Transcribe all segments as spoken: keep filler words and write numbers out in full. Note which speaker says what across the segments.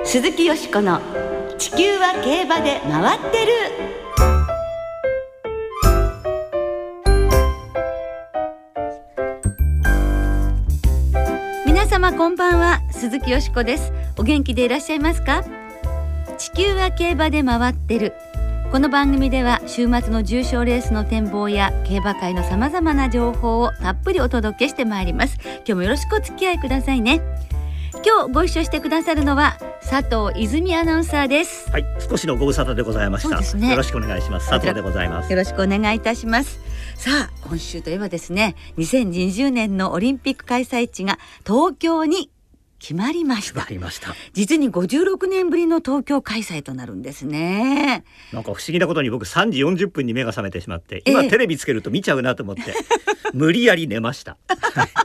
Speaker 1: 鈴木よしこの地球は競馬で回ってる。皆様こんばんは、鈴木よしこです。お元気でいらっしゃいますか？地球は競馬で回ってる。この番組では週末の重賞レースの展望や競馬界のさまざまな情報をたっぷりお届けしてまいります。今日もよろしくお付き合いくださいね。今日ご一緒してくださるのは佐藤泉アナウンサーです。
Speaker 2: はい、少しのご無沙汰でございました。そうですね、よろしくお願いします。佐藤でございます。
Speaker 1: よろしくお願いいたします。さあ、今週といえばですね、にせんにじゅうねんのオリンピック開催地が東京に決まりました。
Speaker 2: 決まりました。
Speaker 1: 実にごじゅうろくねんぶりの東京開催となるんですね。
Speaker 2: なんか不思議なことに僕さんじよんじゅっぷんに目が覚めてしまって、今、ええ、テレビつけると見ちゃうなと思って無理やり寝ましたど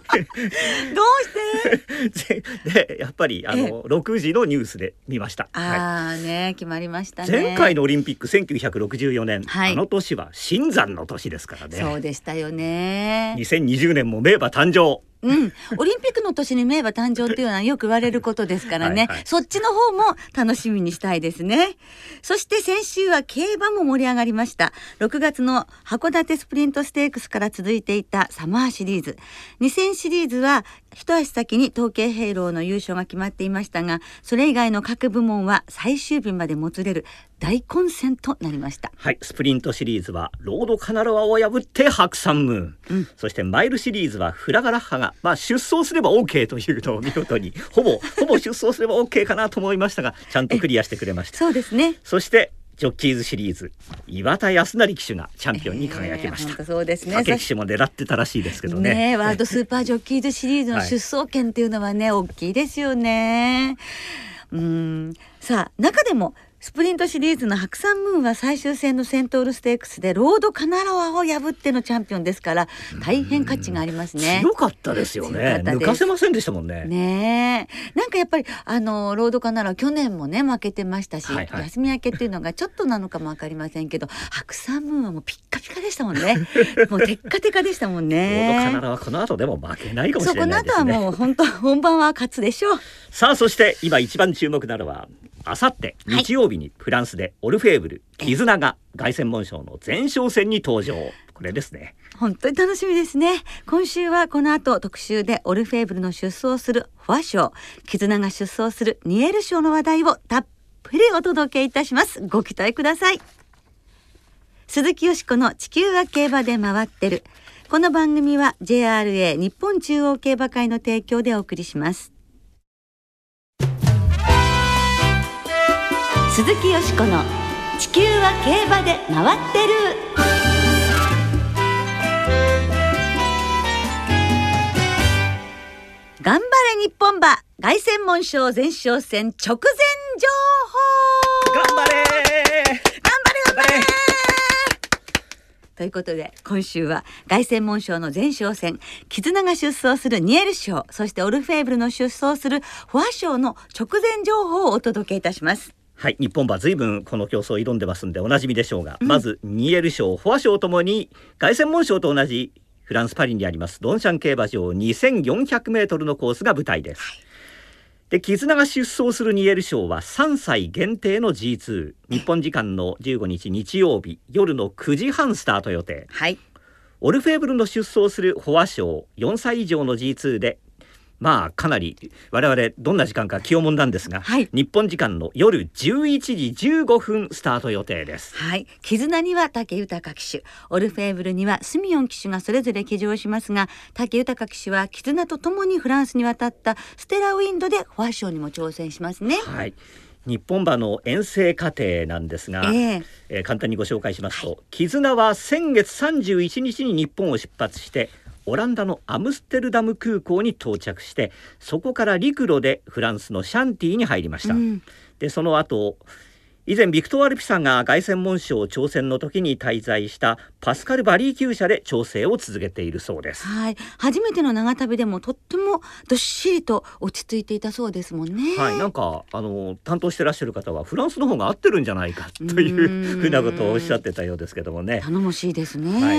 Speaker 1: うして
Speaker 2: でやっぱりあのろくじのニュースで見ました。
Speaker 1: あ、はい、ね、決まりましたね。
Speaker 2: 前回のオリンピックせんきゅうひゃくろくじゅうよねん、はい、あの年は新山の年ですからね。
Speaker 1: そうでしたよね。
Speaker 2: にせんにじゅうねんも名馬誕生。
Speaker 1: うん、オリンピックの年に名馬誕生っていうのはよく言われることですからねはい、はい、そっちの方も楽しみにしたいですね。そして先週は競馬も盛り上がりました。ろくがつの函館スプリントステークスから続いていたサマーシリーズ、にせんシリーズは一足先に東京ヘイローの優勝が決まっていましたが、それ以外の各部門は最終日までもつれる大混戦となりました。
Speaker 2: はい、スプリントシリーズはロードカナロアを破って白山ムーン、うん、そしてマイルシリーズはフラガラッハが、まあ、出走すれば OK というのを見事にほぼほぼ出走すれば OK かなと思いましたが、ちゃんとクリアしてくれました。
Speaker 1: そうですね。
Speaker 2: そしてジョッキーズシリーズ、岩田康成騎手がチャンピオンに輝きました。
Speaker 1: えー、そうですね。
Speaker 2: 武騎手も狙ってたらしいですけど ね,
Speaker 1: ねワールドスーパージョッキーズシリーズの出走権っていうのはね、はい、大きいですよね。うーん、さあ、中でもスプリントシリーズの白山ムーンは最終戦のセントウルステークスでロードカナロアを破ってのチャンピオンですから、大変価値がありますね。
Speaker 2: 強かったですよね。抜かせませんでしたもんね。
Speaker 1: ねえ、なんかやっぱりあのロードカナロア去年もね負けてましたし、はいはい、休み明けっていうのがちょっとなのかも分かりませんけど、白山ムーンはもうピッカピカでしたもんねもうテッカテカでしたもんね。
Speaker 2: ロードカナロアはこの後でも負けないかもしれないですね。
Speaker 1: そこの後はもう本当本番は勝つでしょう。
Speaker 2: さあ、そして今一番注目なのはあさって日曜日にフランスでオルフェーブル、はい、絆が凱旋門賞の前哨戦に登場。これですね。
Speaker 1: 本当に楽しみですね。今週はこの後特集でオルフェーブルの出走するフォア賞、絆が出走するニエル賞の話題をたっぷりお届けいたします。ご期待ください。鈴木よしこの地球は競馬で回ってる。この番組は ジェイアールエー 日本中央競馬会の提供でお送りします。鈴木よしこの地球は競馬で回ってる。頑張れ日本馬、凱旋門賞前哨戦直前情報。
Speaker 2: 頑張れ頑張れ
Speaker 1: 頑張れということで、今週は凱旋門賞の前哨戦、絆が出走するニエル賞、そしてオルフェーブルの出走するフォア賞の直前情報をお届けいたします。
Speaker 2: はい、日本馬ずいぶんこの競争を挑んでますんでおなじみでしょうが、うん、まずニエル賞、フォア賞ともに凱旋門賞と同じフランスパリにありますロンシャン競馬場にせんよんひゃくメートルのコースが舞台です。はい、で絆が出走するニエル賞はさんさい限定の ジーツー、 日本時間のじゅうごにち日曜日夜のくじはんスタート予定。
Speaker 1: はい、
Speaker 2: オルフェーブルの出走するフォア賞、よんさい以上の ジーツー でまあかなり我々どんな時間か気をもんだんですが、はい、日本時間の夜じゅういちじじゅうごふんスタート予定です。
Speaker 1: はい、絆には武豊騎手、オルフェーブルにはスミヨン騎手がそれぞれ騎乗しますが、武豊騎手は絆とともにフランスに渡ったステラウィンドでフォア賞にも挑戦しますね。
Speaker 2: はい、日本馬の遠征過程なんですが、えーえー、簡単にご紹介しますと、はい、絆は先月さんじゅういちにちに日本を出発してオランダのアムステルダム空港に到着して、そこから陸路でフランスのシャンティに入りました。うん、でその後以前ビクトワール・ピサが凱旋門賞挑戦の時に滞在したパスカル・バリー厩舎で調整を続けているそうです。
Speaker 1: はい、初めての長旅でもとってもどっしりと落ち着いていたそうですもんね。
Speaker 2: はい、なんかあの担当してらっしゃる方はフランスの方が合ってるんじゃないかというふうなことをおっしゃってたようですけどもね。
Speaker 1: 頼もしいですね。
Speaker 2: はい、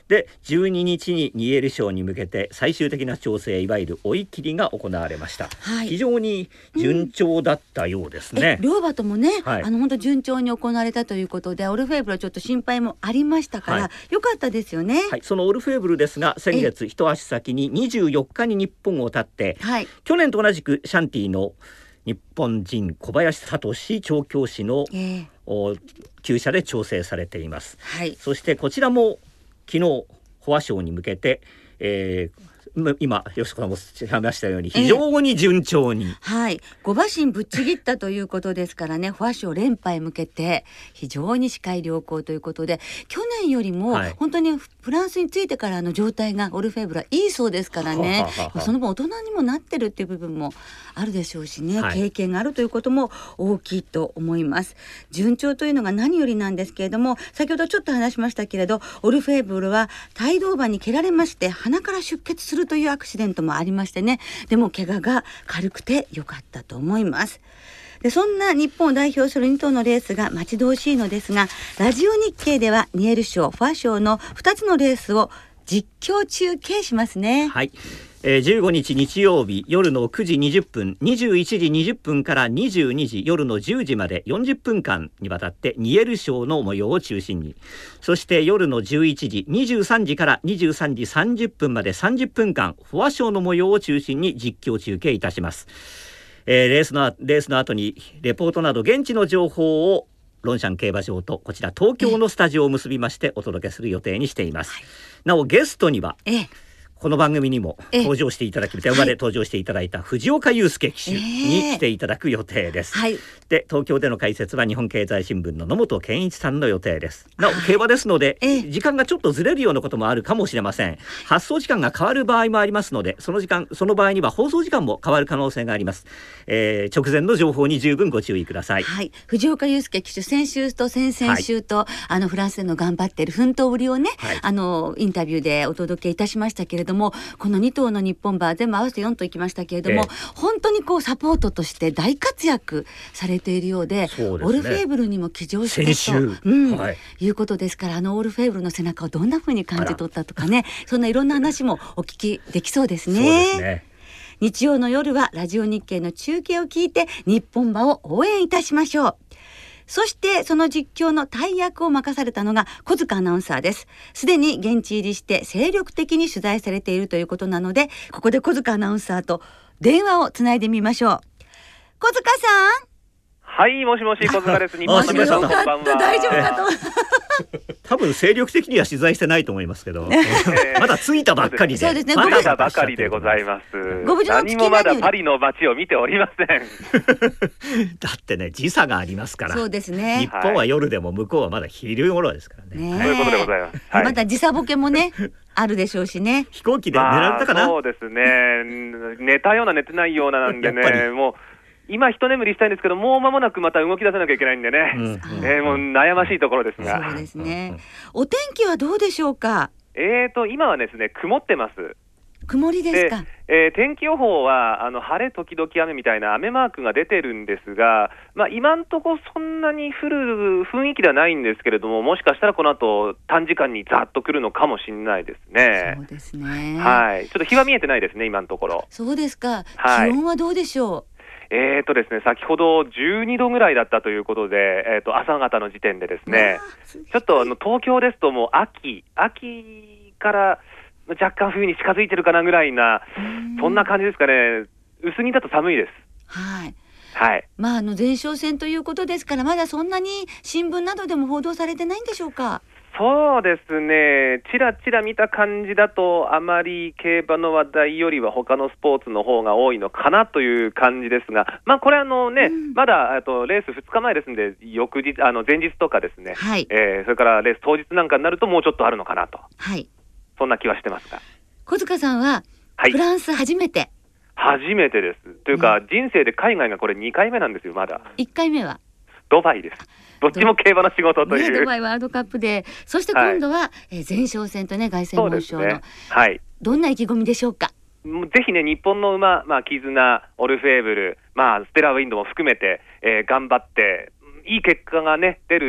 Speaker 2: でじゅうににちにニエル賞に向けて最終的な調整、いわゆる追い切りが行われました、はい、非常に順調だったようですね、
Speaker 1: うん、両馬ともね、はい、あの本当順調に行われたということでオルフェーブルはちょっと心配もありましたから、はい、よかったですよね、
Speaker 2: はい、そのオルフェーブルですが先月一足先ににじゅうよっかに日本を発って、はい、去年と同じくシャンティの日本人小林聡調教師の、えー、厩舎で調整されています、はい、そしてこちらも昨日フォア賞に向けて、えー、今吉子さんも話したように非常に順調に、えー、
Speaker 1: はいご馬身ぶっちぎったということですからね、フォア賞連覇へ向けて非常に視界良好ということで、去年よりも本当にフランスに着いてからの状態がオルフェーブルはいいそうですからね、はははその分大人にもなってるっていう部分もあるでしょうしね、はい、経験があるということも大きいと思います。順調というのが何よりなんですけれども、先ほどちょっと話しましたけれどオルフェーブルは帯同馬に蹴られまして鼻から出血するというアクシデントもありましてね、でも怪我が軽くてよかったと思います。でそんな日本を代表するに頭のレースが待ち遠しいのですが、ラジオ日経ではニエル賞、フォア賞のふたつのレースを実況中継しますね。
Speaker 2: はい、えー、じゅうごにち日曜日夜のくじにじゅっぷん、にじゅういちじにじゅっぷんからにじゅうにじ夜のじゅうじまでよんじゅっぷんかんにわたってニエル賞の模様を中心に、そして夜のじゅういちじ、にじゅうさんじからにじゅうさんじさんじゅっぷんまでさんじゅっぷんかんフォア賞の模様を中心に実況中継いたします。えー、レースのレースの後にレポートなど現地の情報をロンシャン競馬場とこちら東京のスタジオを結びましてお届けする予定にしています。なおゲストにはこの番組にも登場していただき、電話で登場していただいた藤岡祐介騎手に来ていただく予定です、はい、で東京での解説は日本経済新聞の野本健一さんの予定です。なお競馬ですので、はい、時間がちょっとずれるようなこともあるかもしれません。発送時間が変わる場合もありますので、その時間その場合には放送時間も変わる可能性があります、えー、直前の情報に十分ご注意ください。
Speaker 1: はい、藤岡祐介騎手、先週と先々週と、はい、あのフランスでの頑張っている奮闘ぶりをね、はい、あのインタビューでお届けいたしましたけれども、このに頭の日本馬全部合わせてよん頭いきましたけれども、えー、本当にこうサポートとして大活躍されているようで、そうですね、オルフェーブルにも騎乗してと、うんはい、いうことですから、あのオルフェーブルの背中をどんな風に感じ取ったとかね、そんないろんな話もお聞きできそうですね。そうですね。日曜の夜はラジオ日経の中継を聞いて日本馬を応援いたしましょう。そしてその実況の大役を任されたのが小塚アナウンサーです。すでに現地入りして精力的に取材されているということなので、ここで小塚アナウンサーと電話をつないでみましょう。小塚さん。
Speaker 3: はい、もしもし、小塚です。日本の皆さん、こんばんは。
Speaker 1: 大丈夫かと
Speaker 2: 多分精力的には取材してないと思いますけど、えー、まだ着いたばっかりで。
Speaker 3: そうですね、まだばかりでございます。何もまだパリの街を見ておりません
Speaker 2: だってね、時差がありますから。
Speaker 1: そうですね、
Speaker 2: 日本は夜でも向こうはまだ昼頃ですからね。
Speaker 3: そういうことでございます、はい、
Speaker 1: また時差ボケもねあるでしょうしね。
Speaker 2: 飛行機で寝られたかな、
Speaker 3: まあ、そうですね、寝たような寝てないようななんでね、もう今一眠りしたいんですけど、もう間もなくまた動き出さなきゃいけないんでね、うん、えー、もう悩ましいところですが。
Speaker 1: そうですね。お天気はどうでしょうか。
Speaker 3: えーと今はですね、曇ってます。
Speaker 1: 曇りですか。
Speaker 3: で、えー、天気予報はあの晴れ時々雨みたいな雨マークが出てるんですが、まあ、今んとこそんなに降る雰囲気ではないんですけれども、もしかしたらこの後短時間にざっと来るのかもしれないですね。
Speaker 1: そうですね、
Speaker 3: はい、ちょっと日は見えてないですね、今のところ。
Speaker 1: そうですか、はい、気温はどうでしょう。
Speaker 3: えーとですね、先ほどじゅうにどぐらいだったということで、えーと朝方の時点でですね、ちょっとあの東京ですともう秋秋から若干冬に近づいてるかなぐらいな、そんな感じですかね。薄着だと寒いです。
Speaker 1: はい、
Speaker 3: はい、
Speaker 1: まあ、あの前哨戦ということですから、まだそんなに新聞などでも報道されてないんでしょうか。
Speaker 3: そうですね、ちらちら見た感じだとあまり競馬の話題よりは他のスポーツの方が多いのかなという感じですが、まあ、これあの、ね、うん、まだあとレースふつかまえですので、翌日あの前日とかですね、はい、えー、それからレース当日なんかになるともうちょっとあるのかなと、はい、そんな気はしてますが。
Speaker 1: 小塚さんはフランス初めて。
Speaker 3: はい、初めてです。というか、うん、人生で海外がこれにかいめなんですよ。まだ
Speaker 1: いっかいめは
Speaker 3: ドバイです。どっちも競馬の仕事という、
Speaker 1: ね、ドバイワールドカップで、そして今度は、はい、えー、前哨戦とね、凱旋門賞の、ね、はい、どんな意気込みでしょうか。
Speaker 3: ぜひね、日本の馬、まあ、絆、オルフェーブル、まあ、ステラウィンドも含めて、えー、頑張っていい結果がね出る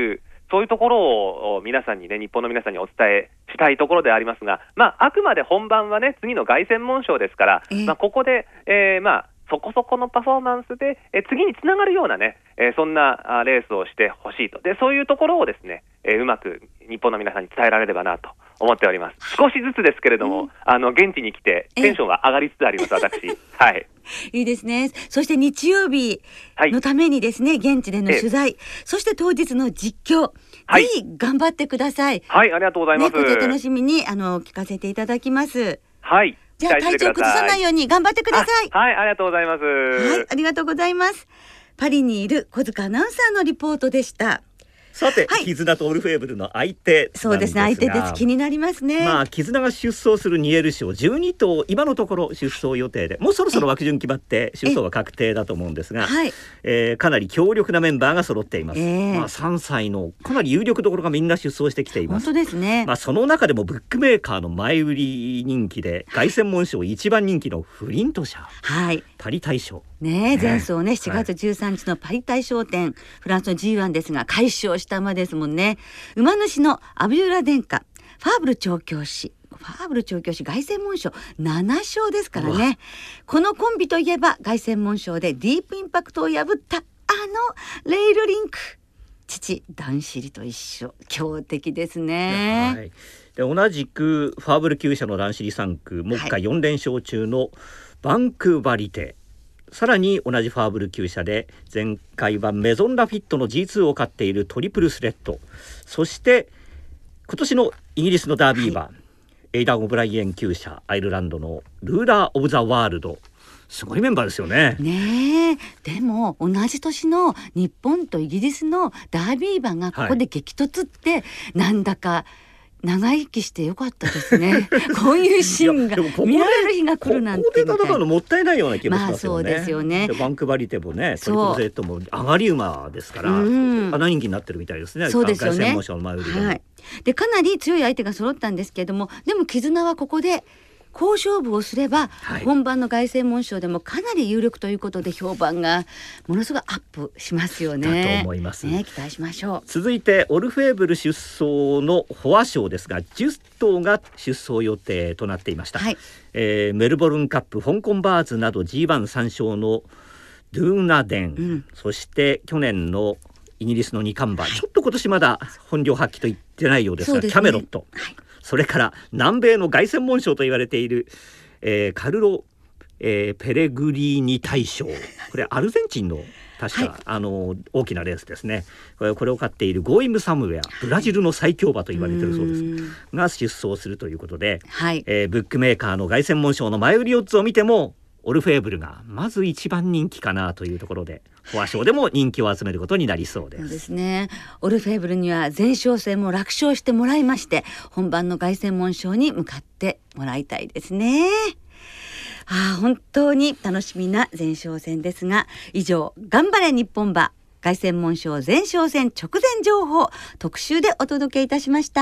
Speaker 3: そういうところを皆さんにね、日本の皆さんにお伝えしたいところでありますが、まあ、あくまで本番はね、次の凱旋門賞ですから、えーまあ、ここで、えー、まあそこそこのパフォーマンスで、えー、次につながるようなね、えー、そんなレースをしてほしいと。で、そういうところをですね、えー、うまく日本の皆さんに伝えられればなと思っております。少しずつですけれども、うん、あの現地に来てテンションが上がりつつあります、私。はい。
Speaker 1: いいですね。そして日曜日のためにですね、はい、現地での取材、そして当日の実況、はい、ぜひ頑張ってください。
Speaker 3: はい、ありがとうございます。
Speaker 1: ね、これ楽しみにあの聞かせていただきます。
Speaker 3: はい。
Speaker 1: じゃあ体調崩さないように頑張ってください。
Speaker 3: はい、ありがとうございます。
Speaker 1: はい、ありがとうございます。パリにいる小塚アナウンサーのリポートでした。
Speaker 2: さて、はい、絆とオルフェーブルの相手なんですが、
Speaker 1: そうですね、相手です。気になりますね。
Speaker 2: まあ、絆が出走するニエル賞じゅうに頭今のところ出走予定で、もうそろそろ枠順決まって出走は確定だと思うんですが、はい、えー、かなり強力なメンバーが揃っています。えーまあ、さんさいのかなり有力どころがみんな出走してきています。
Speaker 1: 本当ですね。
Speaker 2: まあ、その中でもブックメーカーの前売り人気で凱旋門賞一番人気のフリント社、はい、パリ大賞
Speaker 1: ね、前走ね、しちがつじゅうさんにちのパリ大賞典、はい、フランスの ジーワン ですが快勝した馬ですもんね。馬主のアビューラ殿下、ファーブル調教師、ファーブル調教師凱旋門賞なな勝ですからね。このコンビといえば凱旋門賞でディープインパクトを破ったあのレイルリンク、父ダンシリと一緒、強敵ですね。はい、
Speaker 2: で同じくファーブル厩舎のダンシリさん区、目下よん連勝中のバンクバリテ、さらに同じファーブル厩舎で前回はメゾンラフィットの ジーツー を勝っているトリプルスレッド、そして今年のイギリスのダービー馬、はい、エイダン・オブライエン厩舎アイルランドのルーラー・オブ・ザ・ワールド、すごいメンバーですよね。
Speaker 1: ねえ、でも同じ年の日本とイギリスのダービー馬がここで激突って、はい、なんだか長生きしてよかったですね。こういうシーンが見られる日が来るなんて。
Speaker 2: ここで戦うのもったいないような気もしますよね。
Speaker 1: まあそうですよね。
Speaker 2: バンクバリテもね、トリプルゼットも上がり馬ですから、花人気になってるみたいですね。
Speaker 1: そうですよね。
Speaker 2: 凱旋門賞の前売りで、
Speaker 1: はい、でかなり強い相手が揃ったんですけれども、でも絆はここで好勝負をすれば、はい、本番の凱旋門賞でもかなり有力ということで評判がものすごいアップしますよね。
Speaker 2: だと思います、
Speaker 1: ね、期待しましょう。
Speaker 2: 続いてオルフェーブル出走のフォア賞ですが、じゅっ頭が出走予定となっていました。はい、えー、メルボルンカップ、香港バーズなど ジーワンさん 勝のドゥーナデン、うん、そして去年のイギリスのに冠馬、はい、ちょっと今年まだ本領発揮と言ってないようですが、ですね、キャメロット、はい、それから南米の凱旋門賞と言われている、えー、カルロ、えー、ペレグリーニ大賞、これアルゼンチンの確か、はい、あの大きなレースですね。これ、これを勝っているゴーイムサムウェア、ブラジルの最強馬と言われているそうですが出走するということで、はい、えー、ブックメーカーの凱旋門賞の前売りオッズを見てもオルフェーブルがまず一番人気かなというところで、フォア賞でも人気を集めることになりそうです。
Speaker 1: そうですね。オルフェーブルには前哨戦も楽勝してもらいまして、本番の凱旋門賞に向かってもらいたいですね。あ、本当に楽しみな前哨戦ですが、以上、頑張れ日本馬凱旋門賞前哨戦直前情報特集でお届けいたしました。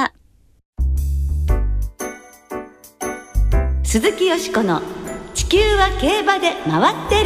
Speaker 1: 鈴木よしこの地球は競馬で回ってる。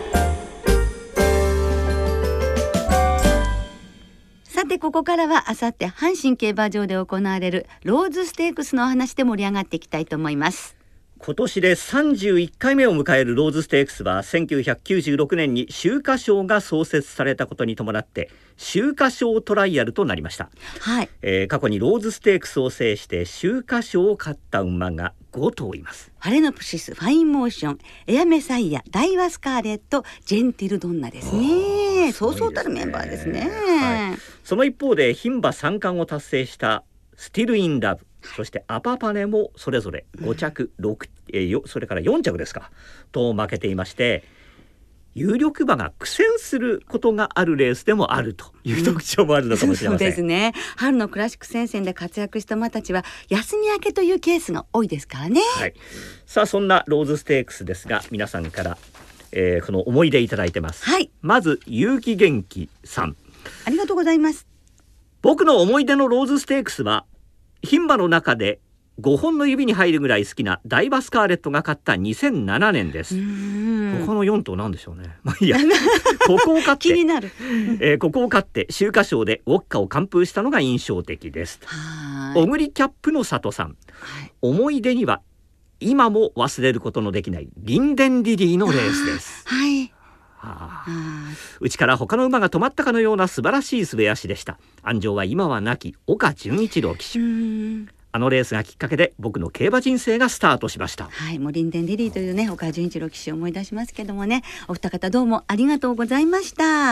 Speaker 1: さて、ここからはあさって阪神競馬場で行われるローズステークスのお話で盛り上がっていきたいと思います。
Speaker 2: 今年でさんじゅういっかいめを迎えるローズステークスは、せんきゅうひゃくきゅうじゅうろくねんに秋華賞が創設されたことに伴って秋華賞トライアルとなりました。はい、えー、過去にローズステークスを制して秋華賞を勝った馬がご頭います。
Speaker 1: ファレノプシス、ファインモーション、エアメサイア、ダイワスカーレット、ジェンティルドンナですね。そうそうたるメンバーですね。はい、
Speaker 2: その一方で牝馬三冠を達成したスティルインラブ、そしてアパパネもそれぞれご着、ろく、えー、それからよん着ですかと負けていまして、有力馬が苦戦することがあるレースでもあるという特徴もあるのかもしれません。
Speaker 1: そうですね。春のクラシック戦線で活躍した馬たちは休み明けというケースが多いですからね。
Speaker 2: はい、さあ、そんなローズステークスですが、皆さんから、えー、この思い出いただいてます。はい、まず結城元気さん、
Speaker 1: ありがとうございます。
Speaker 2: 僕の思い出のローズステークスは牝馬の中でごほんの指に入るぐらい好きなダイバスカーレットが勝ったにせんななねんです。他のよん頭なんでしょうね。まあいいやここを勝って
Speaker 1: 気になる、
Speaker 2: えー、ここを勝って秋華賞でウォッカを完封したのが印象的です。オグリキャップの佐藤さん、はい、思い出には今も忘れることのできないリンデンリリーのレースです。
Speaker 1: はい、
Speaker 2: はあ、うちから他の馬が止まったかのような素晴らしい滑足でした。安城は今は亡き岡潤一郎騎手。あのレースがきっかけで僕の競馬人生がスタートしました。
Speaker 1: はい、もうリンデンリリーというね岡潤一郎騎手を思い出しますけどもね、お二方どうもありがとうございました。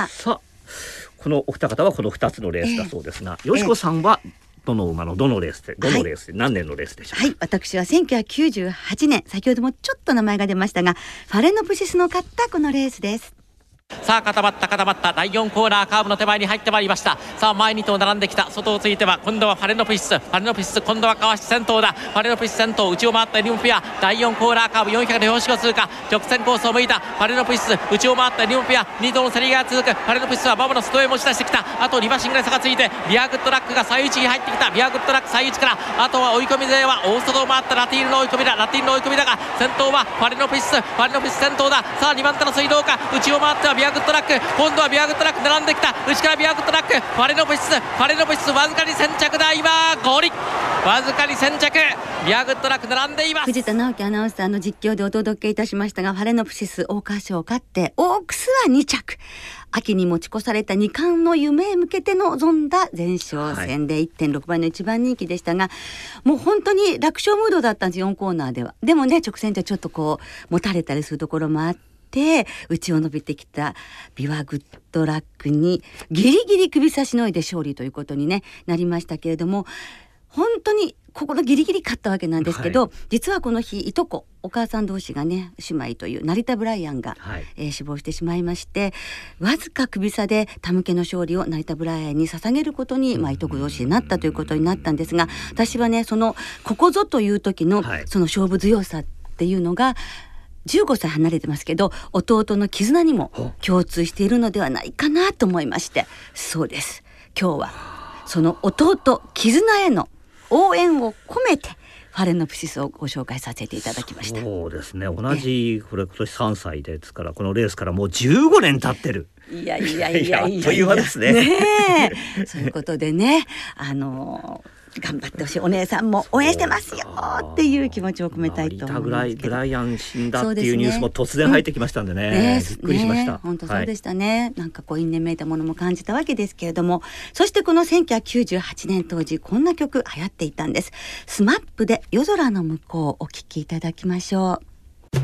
Speaker 2: さあこのお二方はこのふたつのレースだそうですが、えー、よしこさんはどの馬のどのレースでどのレースで、はい、何年のレースでしょうか。
Speaker 1: はい、私はせんきゅうひゃくきゅうじゅうはちねん、先ほどもちょっと名前が出ましたがファレノプシスの勝ったこのレースです。
Speaker 4: さあ固まった固まっただいよんコーナーカーブの手前に入ってまいりました。さあ前に頭並んできた、外をついては今度はファレノプシスファレノプシス今度はかわして先頭だ。ファレノプシス先頭、内を回ったエリムピアだいよんコーナーカーブよんひゃくで標識を通過、直線コースを向いたファレノプシス、内を回ったエリムピアに頭の競りが続く。ファレノプシスは馬場の外へ持ち出してきた。あとリバシングレスがついてビアグッドラックが最内に入ってきた。ビアグッドラック最内からあとは追い込み勢は大外を回ったラティールの追い込みだラティールの追い込みだが先頭はファレノプシスファレノプシス先頭だ。さあにばん手の水道か、内を回ってはビアグッドラック、今度はビアグッドラック並んできた。内からビアグッドラック、ファレノプシスファレノプシスわずかに先着だ。今ゴールわずかに先着、ビアグッドラック並んでいます。
Speaker 1: 藤田直樹アナウンサーの実況でお届けいたしましたが、ファレノプシス桜花賞を勝ってオークスはに着、秋に持ち越されたに冠の夢へ向けて臨んだ前哨戦で いってんろく 倍の一番人気でしたが、はい、もう本当に楽勝ムードだったんですよんコーナーでは。でもね直線でちょっとこう持たれたりするところもあってで内を伸びてきたビワグッドラックにギリギリ首差しのいで勝利ということに、ね、なりましたけれども、本当にここのギリギリ勝ったわけなんですけど、はい、実はこの日いとこお母さん同士がね姉妹という成田ブライアンが、はいえー、死亡してしまいまして、わずか首差で田向けの勝利を成田ブライアンに捧げることに、まあ、いとこ同士になったということになったんですが、私はねそのここぞという時の、はい、その勝負強さっていうのがじゅうごさい離れてますけど弟の絆にも共通しているのではないかなと思いまして、そうです、今日はその弟絆への応援を込めてファレノプシスをご紹介させていただきました。
Speaker 2: そうですね、同じこれ今年さんさいですから、このレースからもうじゅうごねん経ってる。
Speaker 1: いやいやいやいや、
Speaker 2: という間ですね。
Speaker 1: ねえそういうことでね、あのー頑張ってほしい、お姉さんも応援してますよっていう気持ちを込めたいと思いますけど、
Speaker 2: ブライアン死んだっていうニュースも突然入ってきましたんでね、うんね、びっくりしました。
Speaker 1: 本当そうでしたね、はい、なんかこう因縁めいたものも感じたわけですけれども、そしてこのせんきゅうひゃくきゅうじゅうはちねん当時こんな曲流行っていたんです。スマップで夜空の向こうお聴きいただきましょう。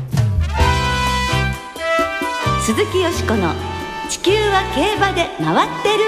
Speaker 1: 鈴木よしこの地球は競馬で回ってる。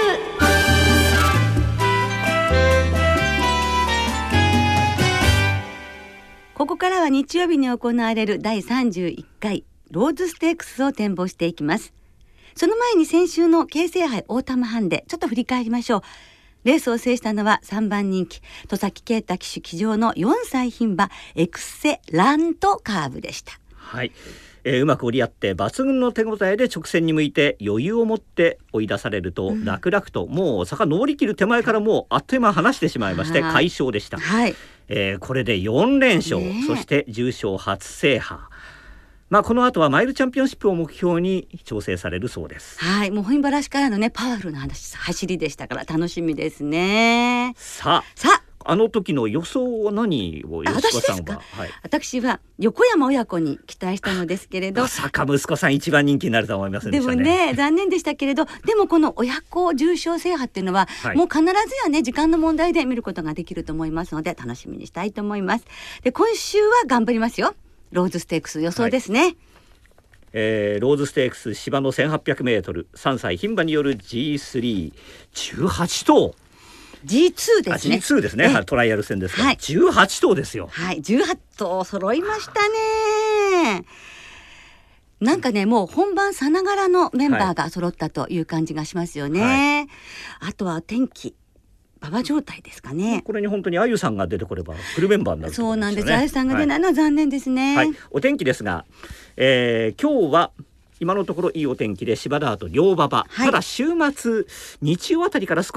Speaker 1: ここからは日曜日に行われるだいさんじゅういっかいローズステークスを展望していきます。その前に先週の京成杯オータムハンデちょっと振り返りましょう。レースを制したのはさんばん人気戸崎圭太騎手騎乗のよんさい牝馬エクセラントカーブでした。
Speaker 2: はい、えー、うまく折り合って抜群の手応えで直線に向いて余裕を持って追い出されると、うん、楽々ともう坂登り切る手前からもうあっという間離してしまいまして快勝でした。
Speaker 1: はい、
Speaker 2: えー、これでよんれんしょう、ね、そして重賞初制覇。まあ、この後はマイルチャンピオンシップを目標に調整されるそうです。
Speaker 1: はい、もう牝馬らしからのねパワフルな話走りでしたから楽しみですね。
Speaker 2: さあ
Speaker 1: さあ
Speaker 2: あの時の予想は何を吉子さんは。はい、
Speaker 1: 私は横山親子に期待したのですけれど、
Speaker 2: まさか息子さん一番人気になるとは思いませんでしたね。
Speaker 1: でもね残念でしたけれど、でもこの親子重賞制覇っていうのは、はい、もう必ずやね時間の問題で見ることができると思いますので楽しみにしたいと思います。で今週は頑張りますよ。ローズステークス予想ですね。はい、
Speaker 2: えー、ローズステークス芝のせんはっぴゃくメートルさんさい牝馬による ジースリーじゅうはち 頭
Speaker 1: ジーツー ですね。
Speaker 2: ジーツー ですね、はい、トライアル戦ですから、はい、じゅうはち頭ですよ。
Speaker 1: はい、じゅうはち頭揃いましたね。なんかねもう本番さながらのメンバーが揃ったという感じがしますよね。はい、あとは天気馬場状態ですかね。
Speaker 2: これに本当にあゆさんが出てこればフルメンバーになると思
Speaker 1: うんですよね。そうなんです。
Speaker 2: あ
Speaker 1: ゆさんが出ないのは残念ですね。
Speaker 2: はいはい、お天気ですが、えー、今日は今のところいいお天気で芝ダート両馬場、はい、ただ週末日曜あたりから少し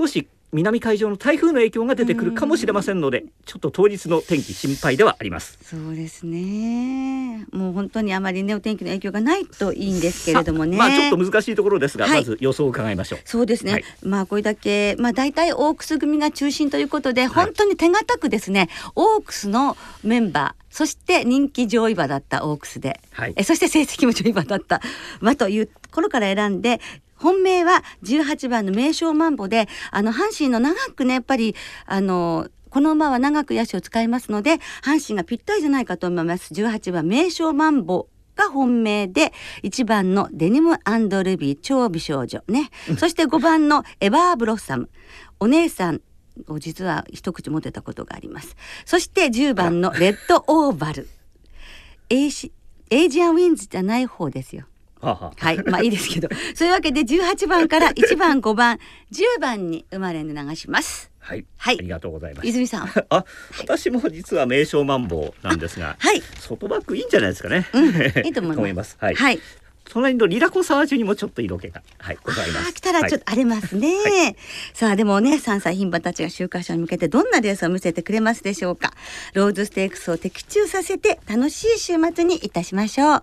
Speaker 2: 南海上の台風の影響が出てくるかもしれませんので、ちょっと当日の天気心配ではあります。
Speaker 1: そうですね、もう本当にあまりねお天気の影響がないといいんですけれどもね、
Speaker 2: まあ、ちょっと難しいところですが、
Speaker 1: はい、
Speaker 2: まず予想を伺いましょう。
Speaker 1: そうですね、はい、まあこれだけ、まあ、大体オークス組が中心ということで、
Speaker 2: はい、
Speaker 1: 本当に手堅くですね、オークスのメンバー、そして人気上位馬だったオークスで、はい、えそして成績も上位馬だった馬というところから選んで、本命はじゅうはちばんの名将マンボで、あの阪神の長くねやっぱりあのこの馬は長く野手を使いますので、阪神がぴったりじゃないかと思います。じゅうはちばん名将マンボが本命で、いちばんのデニム&ルビー超美少女ね、そしてごばんのエバーブロッサム、お姉さんを実は一口持てたことがあります。そしてじゅうばんのレッドオーバル、エイジ、エイジアンウィンズじゃない方ですよ。はははい、まあいいですけどそういうわけでじゅうはちばんからいちばんごばんじゅうばんに生まれに流します。
Speaker 2: はい、はい、ありがとうございます。
Speaker 1: 泉さん
Speaker 2: あ、はい、私も実は名将マンボウなんですが、はい、外バックいいんじゃないですかね、
Speaker 1: うん、いいと思います。
Speaker 2: はい、はい、隣のリラコサージュにもちょっと色気が、はい、ございます。
Speaker 1: あ、来たらちょっと荒れますね、はい、さあでもねさんさい牝馬たちが週刊賞に向けてどんなレースを見せてくれますでしょうか。ローズステークスを的中させて楽しい週末にいたしましょう。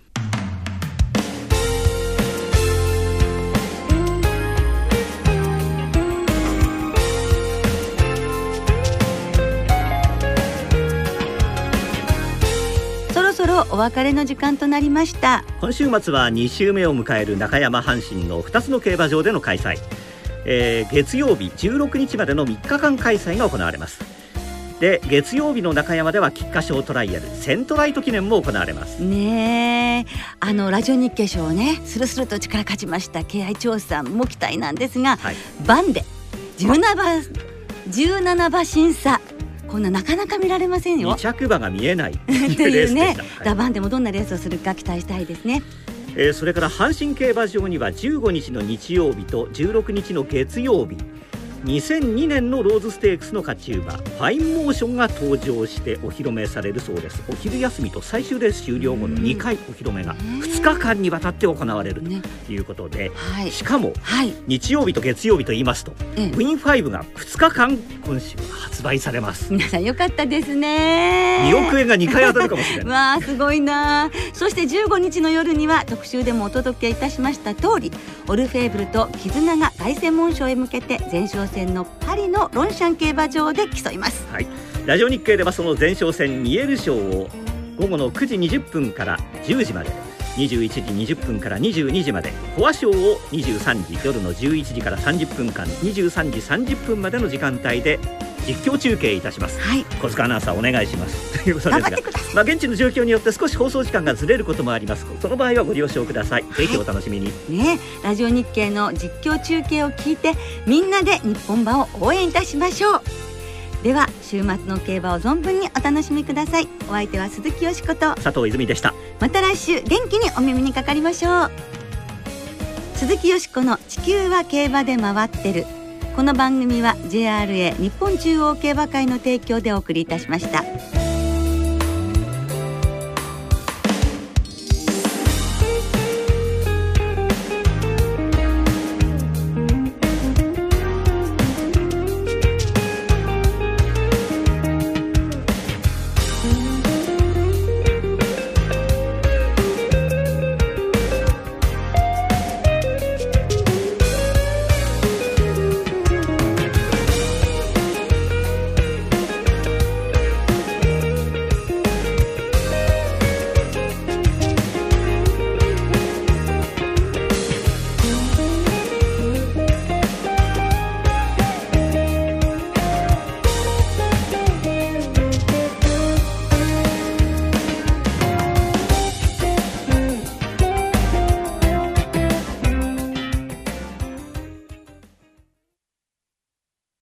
Speaker 1: そろお別れの時間となりました。
Speaker 2: 今週末はに週目を迎える中山阪神のふたつの競馬場での開催、えー、月曜日じゅうろくにちまでのみっかかん開催が行われます。で月曜日の中山では菊花賞トライアルセントライト記念も行われます
Speaker 1: ね。あのラジオ日経賞をねスルスルと力勝ちました敬愛長さんも期待なんですが、はい、バンでじゅうななばんじゅうななば審査、こんななかなか見られませんよ。
Speaker 2: に着馬が見えない
Speaker 1: というね、ダバンでもどんなレースをするか期待したいですね。
Speaker 2: えー、それから阪神競馬場にはじゅうごにちの日曜日とじゅうろくにちの月曜日、にせんにねんのローズステークスの勝ち馬ファインモーションが登場してお披露目されるそうです。お昼休みと最終レース終了後のにかいお披露目がふつかかんにわたって行われるということで、ね、はい、しかも、はい、日曜日と月曜日と言いますと、うん、ウィンファイブがふつかかん今週発売されます。
Speaker 1: 皆さんよかったですね。
Speaker 2: におくえんがにかい当たるかもしれない
Speaker 1: わあすごいな。そしてじゅうごにちの夜には特集でもお届けいたしました通り、オルフェーブルと絆が凱旋門賞へ向けて前哨戦のパリのロンシャン競馬場で競います。
Speaker 2: はい、ラジオ日経ではその前哨戦ミエル賞を午後のくじにじゅっぷんからじゅうじまで、にじゅういちじにじゅっぷんからにじゅうにじまで、フォア賞をにじゅうさんじ、夜のじゅういちじからさんじゅっぷんかん、にじゅうさんじさんじゅっぷんまでの時間帯で実況中継いたします。はい、小塚アナウンサーお願いしますということですが、まあ、現地の状況によって少し放送時間がずれることもあります。その場合はご了承ください。ぜひお楽しみに、
Speaker 1: ね、ラジオ日経の実況中継を聞いてみんなで日本馬を応援いたしましょう。では週末の競馬を存分にお楽しみください。お相手は鈴木よしこと
Speaker 2: 佐藤泉でした。
Speaker 1: また来週元気にお耳にかかりましょう。鈴木よしこの地球は競馬で回ってる。この番組は ジェイアールエー 日本中央競馬会の提供でお送りいたしました。